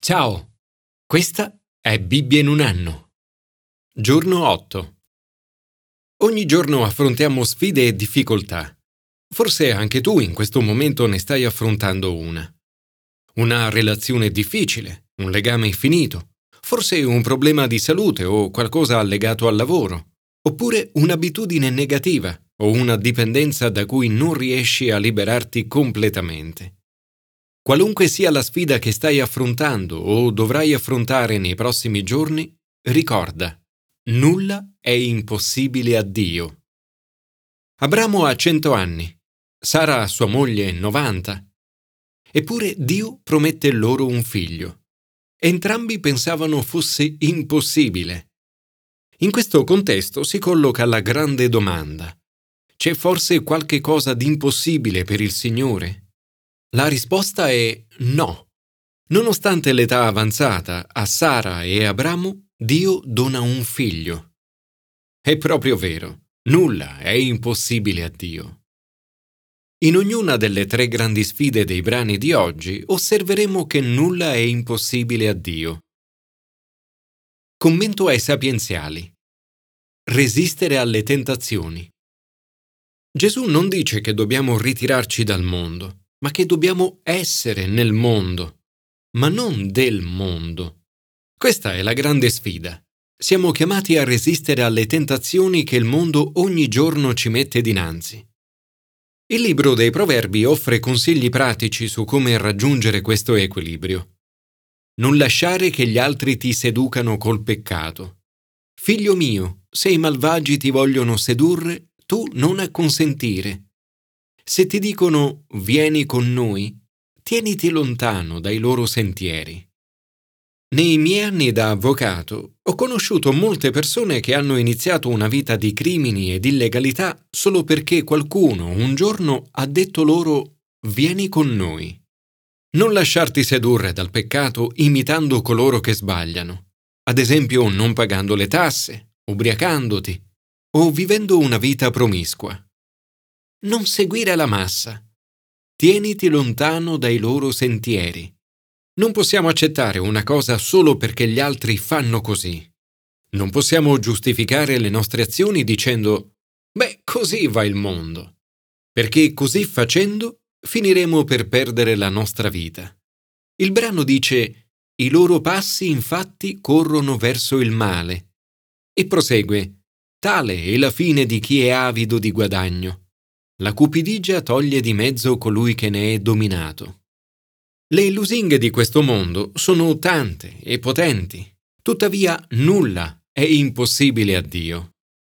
Ciao, questa è Bibbia in un anno. Giorno 8. Ogni giorno affrontiamo sfide e difficoltà. Forse anche tu in questo momento ne stai affrontando una. Una relazione difficile, un legame infinito, forse un problema di salute o qualcosa legato al lavoro, oppure un'abitudine negativa o una dipendenza da cui non riesci a liberarti completamente. Qualunque sia la sfida che stai affrontando o dovrai affrontare nei prossimi giorni, ricorda, nulla è impossibile a Dio. Abramo ha 100 anni, Sara sua moglie 90. Eppure Dio promette loro un figlio. Entrambi pensavano fosse impossibile. In questo contesto si colloca la grande domanda: c'è forse qualche cosa di impossibile per il Signore? La risposta è no. Nonostante l'età avanzata, a Sara e Abramo, Dio dona un figlio. È proprio vero, nulla è impossibile a Dio. In ognuna delle 3 grandi sfide dei brani di oggi osserveremo che nulla è impossibile a Dio. Commento ai sapienziali. Resistere alle tentazioni. Gesù non dice che dobbiamo ritirarci dal mondo, ma che dobbiamo essere nel mondo, ma non del mondo. Questa è la grande sfida. Siamo chiamati a resistere alle tentazioni che il mondo ogni giorno ci mette dinanzi. Il libro dei Proverbi offre consigli pratici su come raggiungere questo equilibrio. Non lasciare che gli altri ti seducano col peccato. Figlio mio, se i malvagi ti vogliono sedurre, tu non acconsentire. Se ti dicono vieni con noi, tieniti lontano dai loro sentieri. Nei miei anni da avvocato ho conosciuto molte persone che hanno iniziato una vita di crimini ed illegalità solo perché qualcuno un giorno ha detto loro vieni con noi. Non lasciarti sedurre dal peccato imitando coloro che sbagliano, ad esempio non pagando le tasse, ubriacandoti o vivendo una vita promiscua. Non seguire la massa. Tieniti lontano dai loro sentieri. Non possiamo accettare una cosa solo perché gli altri fanno così. Non possiamo giustificare le nostre azioni dicendo «Beh, così va il mondo», perché così facendo finiremo per perdere la nostra vita. Il brano dice «I loro passi infatti corrono verso il male» e prosegue «Tale è la fine di chi è avido di guadagno. La cupidigia toglie di mezzo colui che ne è dominato». Le lusinghe di questo mondo sono tante e potenti, tuttavia nulla è impossibile a Dio.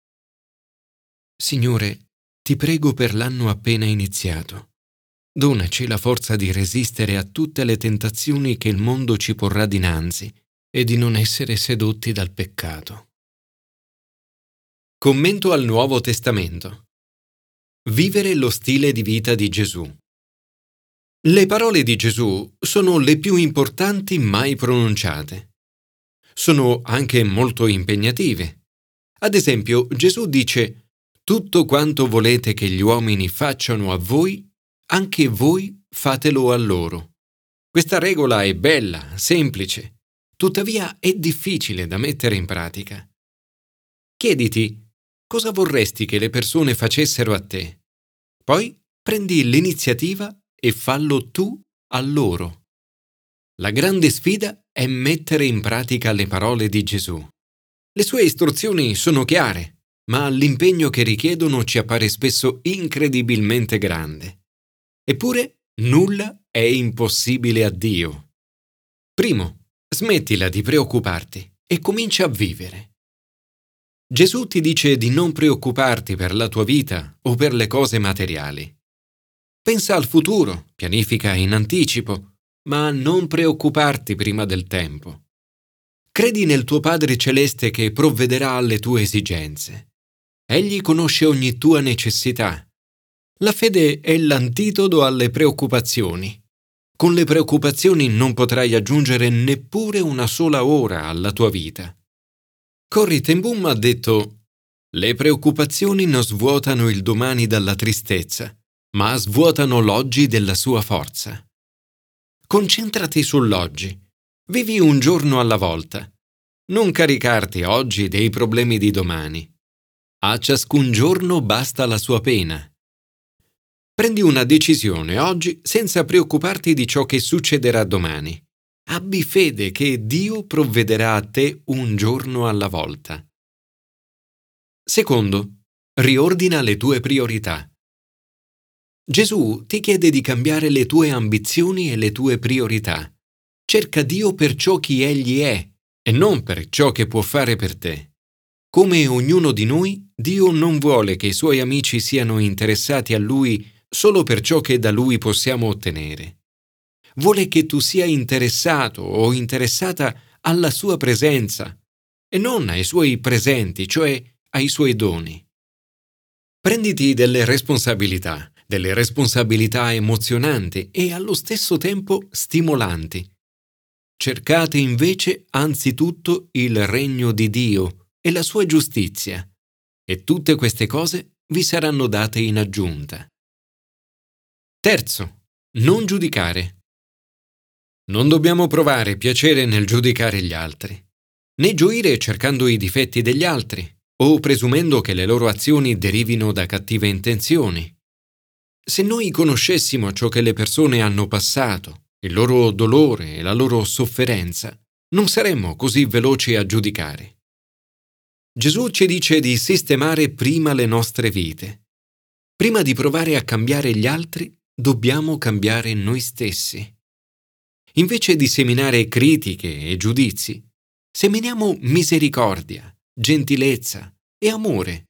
Signore, ti prego per l'anno appena iniziato. Donaci la forza di resistere a tutte le tentazioni che il mondo ci porrà dinanzi e di non essere sedotti dal peccato. Commento al Nuovo Testamento. Vivere lo stile di vita di Gesù. Le parole di Gesù sono le più importanti mai pronunciate. Sono anche molto impegnative. Ad esempio, Gesù dice: «Tutto quanto volete che gli uomini facciano a voi, anche voi fatelo a loro». Questa regola è bella, semplice, tuttavia è difficile da mettere in pratica. Chiediti: cosa vorresti che le persone facessero a te? Poi prendi l'iniziativa e fallo tu a loro. La grande sfida è mettere in pratica le parole di Gesù. Le sue istruzioni sono chiare, ma l'impegno che richiedono ci appare spesso incredibilmente grande. Eppure nulla è impossibile a Dio. Primo, smettila di preoccuparti e comincia a vivere. Gesù ti dice di non preoccuparti per la tua vita o per le cose materiali. Pensa al futuro, pianifica in anticipo, ma non preoccuparti prima del tempo. Credi nel tuo Padre Celeste che provvederà alle tue esigenze. Egli conosce ogni tua necessità. La fede è l'antidoto alle preoccupazioni. Con le preoccupazioni non potrai aggiungere neppure una sola ora alla tua vita. Corrie ten Boom ha detto: «Le preoccupazioni non svuotano il domani dalla tristezza, ma svuotano l'oggi della sua forza». Concentrati sull'oggi. Vivi un giorno alla volta. Non caricarti oggi dei problemi di domani. A ciascun giorno basta la sua pena. Prendi una decisione oggi senza preoccuparti di ciò che succederà domani. Abbi fede che Dio provvederà a te un giorno alla volta. Secondo, riordina le tue priorità. Gesù ti chiede di cambiare le tue ambizioni e le tue priorità. Cerca Dio per ciò che Egli è e non per ciò che può fare per te. Come ognuno di noi, Dio non vuole che i suoi amici siano interessati a Lui solo per ciò che da Lui possiamo ottenere. Vuole che tu sia interessato o interessata alla sua presenza e non ai suoi presenti, cioè ai suoi doni. Prenditi delle responsabilità emozionanti e allo stesso tempo stimolanti. Cercate invece anzitutto il regno di Dio e la sua giustizia, e tutte queste cose vi saranno date in aggiunta. Terzo, non giudicare. Non dobbiamo provare piacere nel giudicare gli altri, né gioire cercando i difetti degli altri o presumendo che le loro azioni derivino da cattive intenzioni. Se noi conoscessimo ciò che le persone hanno passato, il loro dolore e la loro sofferenza, non saremmo così veloci a giudicare. Gesù ci dice di sistemare prima le nostre vite. Prima di provare a cambiare gli altri, dobbiamo cambiare noi stessi. Invece di seminare critiche e giudizi, seminiamo misericordia, gentilezza e amore.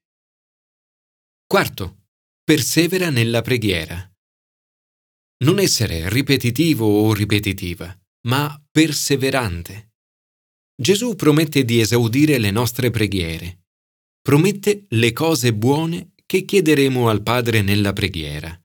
Quarto, persevera nella preghiera. Non essere ripetitivo o ripetitiva, ma perseverante. Gesù promette di esaudire le nostre preghiere. Promette le cose buone che chiederemo al Padre nella preghiera.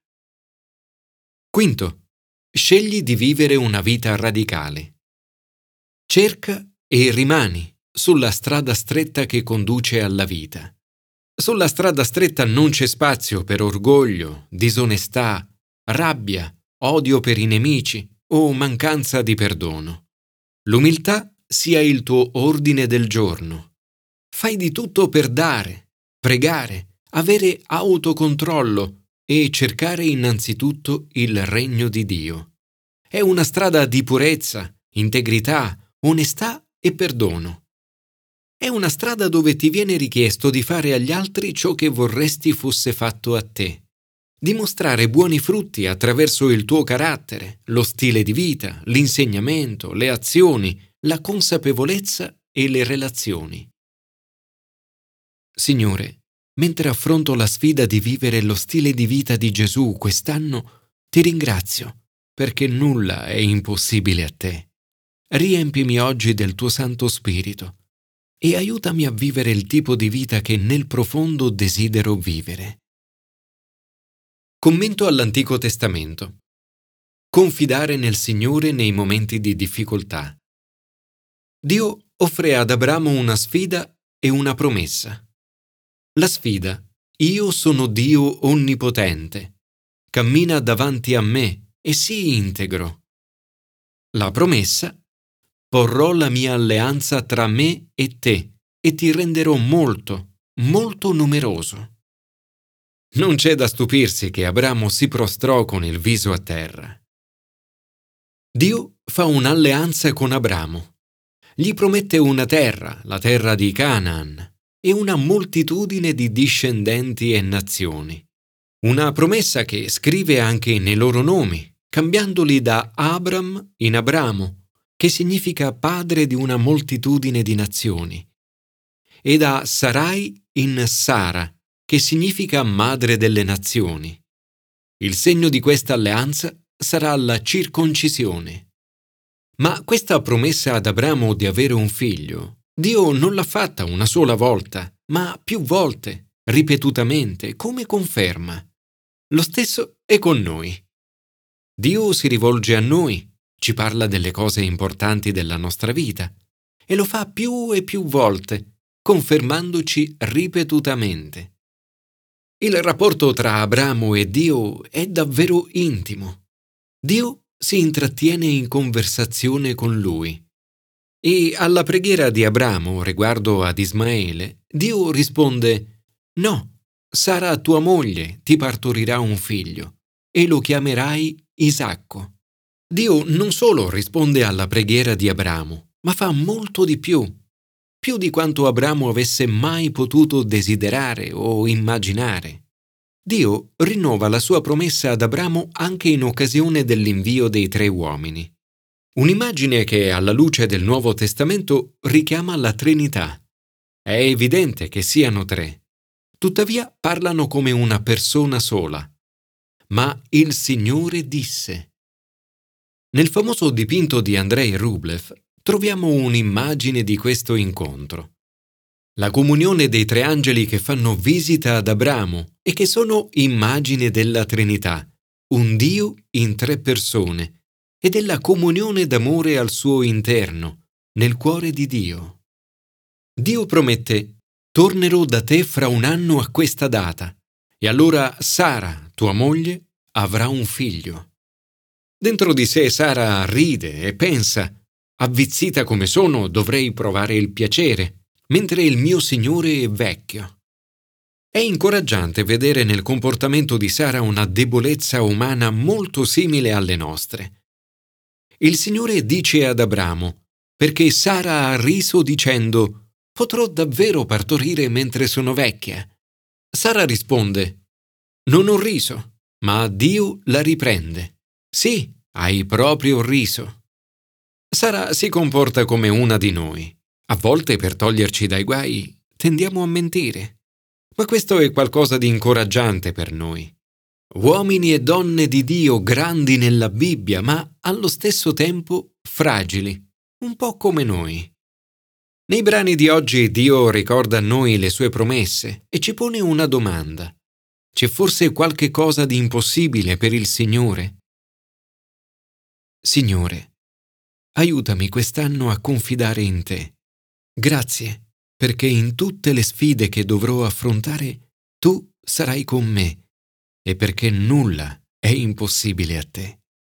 Quinto, scegli di vivere una vita radicale. Cerca e rimani sulla strada stretta che conduce alla vita. Sulla strada stretta non c'è spazio per orgoglio, disonestà, rabbia, odio per i nemici o mancanza di perdono. L'umiltà sia il tuo ordine del giorno. Fai di tutto per dare, pregare, avere autocontrollo e cercare innanzitutto il regno di Dio. È una strada di purezza, integrità, onestà e perdono. È una strada dove ti viene richiesto di fare agli altri ciò che vorresti fosse fatto a te. Dimostrare buoni frutti attraverso il tuo carattere, lo stile di vita, l'insegnamento, le azioni, la consapevolezza e le relazioni. Signore, mentre affronto la sfida di vivere lo stile di vita di Gesù quest'anno, ti ringrazio perché nulla è impossibile a te. Riempimi oggi del tuo Santo Spirito e aiutami a vivere il tipo di vita che nel profondo desidero vivere. Commento all'Antico Testamento. Confidare nel Signore nei momenti di difficoltà. Dio offre ad Abramo una sfida e una promessa. La sfida: io sono Dio onnipotente. Cammina davanti a me e sii integro. La promessa: porrò la mia alleanza tra me e te e ti renderò molto, molto numeroso. Non c'è da stupirsi che Abramo si prostrò con il viso a terra. Dio fa un'alleanza con Abramo. Gli promette una terra, la terra di Canaan, e una moltitudine di discendenti e nazioni. Una promessa che scrive anche nei loro nomi, cambiandoli da Abram in Abramo, che significa padre di una moltitudine di nazioni, e da Sarai in Sara, che significa madre delle nazioni. Il segno di questa alleanza sarà la circoncisione. Ma questa promessa ad Abramo di avere un figlio, Dio non l'ha fatta una sola volta, ma più volte, ripetutamente, come conferma. Lo stesso è con noi. Dio si rivolge a noi, ci parla delle cose importanti della nostra vita e lo fa più e più volte, confermandoci ripetutamente. Il rapporto tra Abramo e Dio è davvero intimo. Dio si intrattiene in conversazione con lui E alla preghiera di Abramo riguardo ad Ismaele, Dio risponde: No, Sara tua moglie ti partorirà un figlio e lo chiamerai Isacco. Dio non solo risponde alla preghiera di Abramo, ma fa molto di più di quanto Abramo avesse mai potuto desiderare o immaginare. Dio rinnova la sua promessa ad Abramo anche in occasione dell'invio dei 3 uomini. Un'immagine che, alla luce del Nuovo Testamento, richiama la Trinità. È evidente che siano 3. Tuttavia parlano come una persona sola. Ma il Signore disse. Nel famoso dipinto di Andrei Rublev troviamo un'immagine di questo incontro. La comunione dei 3 angeli che fanno visita ad Abramo e che sono immagine della Trinità, un Dio in 3 persone, e della comunione d'amore al suo interno, nel cuore di Dio. Dio promette: tornerò da te fra 1 anno a questa data, e allora Sara, tua moglie, avrà un figlio. Dentro di sé Sara ride e pensa: avvizzita come sono, dovrei provare il piacere, mentre il mio Signore è vecchio. È incoraggiante vedere nel comportamento di Sara una debolezza umana molto simile alle nostre. Il Signore dice ad Abramo: perché Sara ha riso dicendo: potrò davvero partorire mentre sono vecchia? Sara risponde: non ho riso, ma Dio la riprende. Sì, hai proprio riso. Sara si comporta come una di noi. A volte, per toglierci dai guai, tendiamo a mentire. Ma questo è qualcosa di incoraggiante per noi. Uomini e donne di Dio grandi nella Bibbia, ma allo stesso tempo fragili, un po' come noi. Nei brani di oggi Dio ricorda a noi le sue promesse e ci pone una domanda. C'è forse qualche cosa di impossibile per il Signore? Signore, aiutami quest'anno a confidare in te. Grazie, perché in tutte le sfide che dovrò affrontare, tu sarai con me, e perché nulla è impossibile a te.